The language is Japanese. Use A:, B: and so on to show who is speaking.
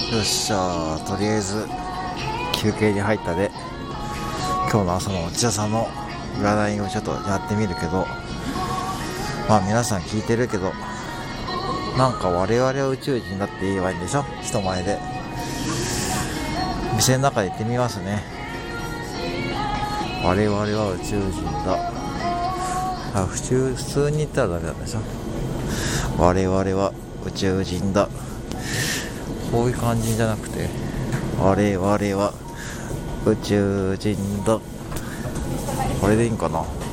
A: よっしゃ、とりあえず休憩に入ったで、今日の朝のお茶さんの占いをちょっとやってみるけど、まあ皆さん聞いてるけど、なんか我々は宇宙人だって言えばいいんでしょ、人前で。店の中で言ってみますね。我々は宇宙人だ。普通に言ったらダメなんでしょ。我々は宇宙人だ。こういう感じじゃなくて、我々は宇宙人だ。これでいいんかな。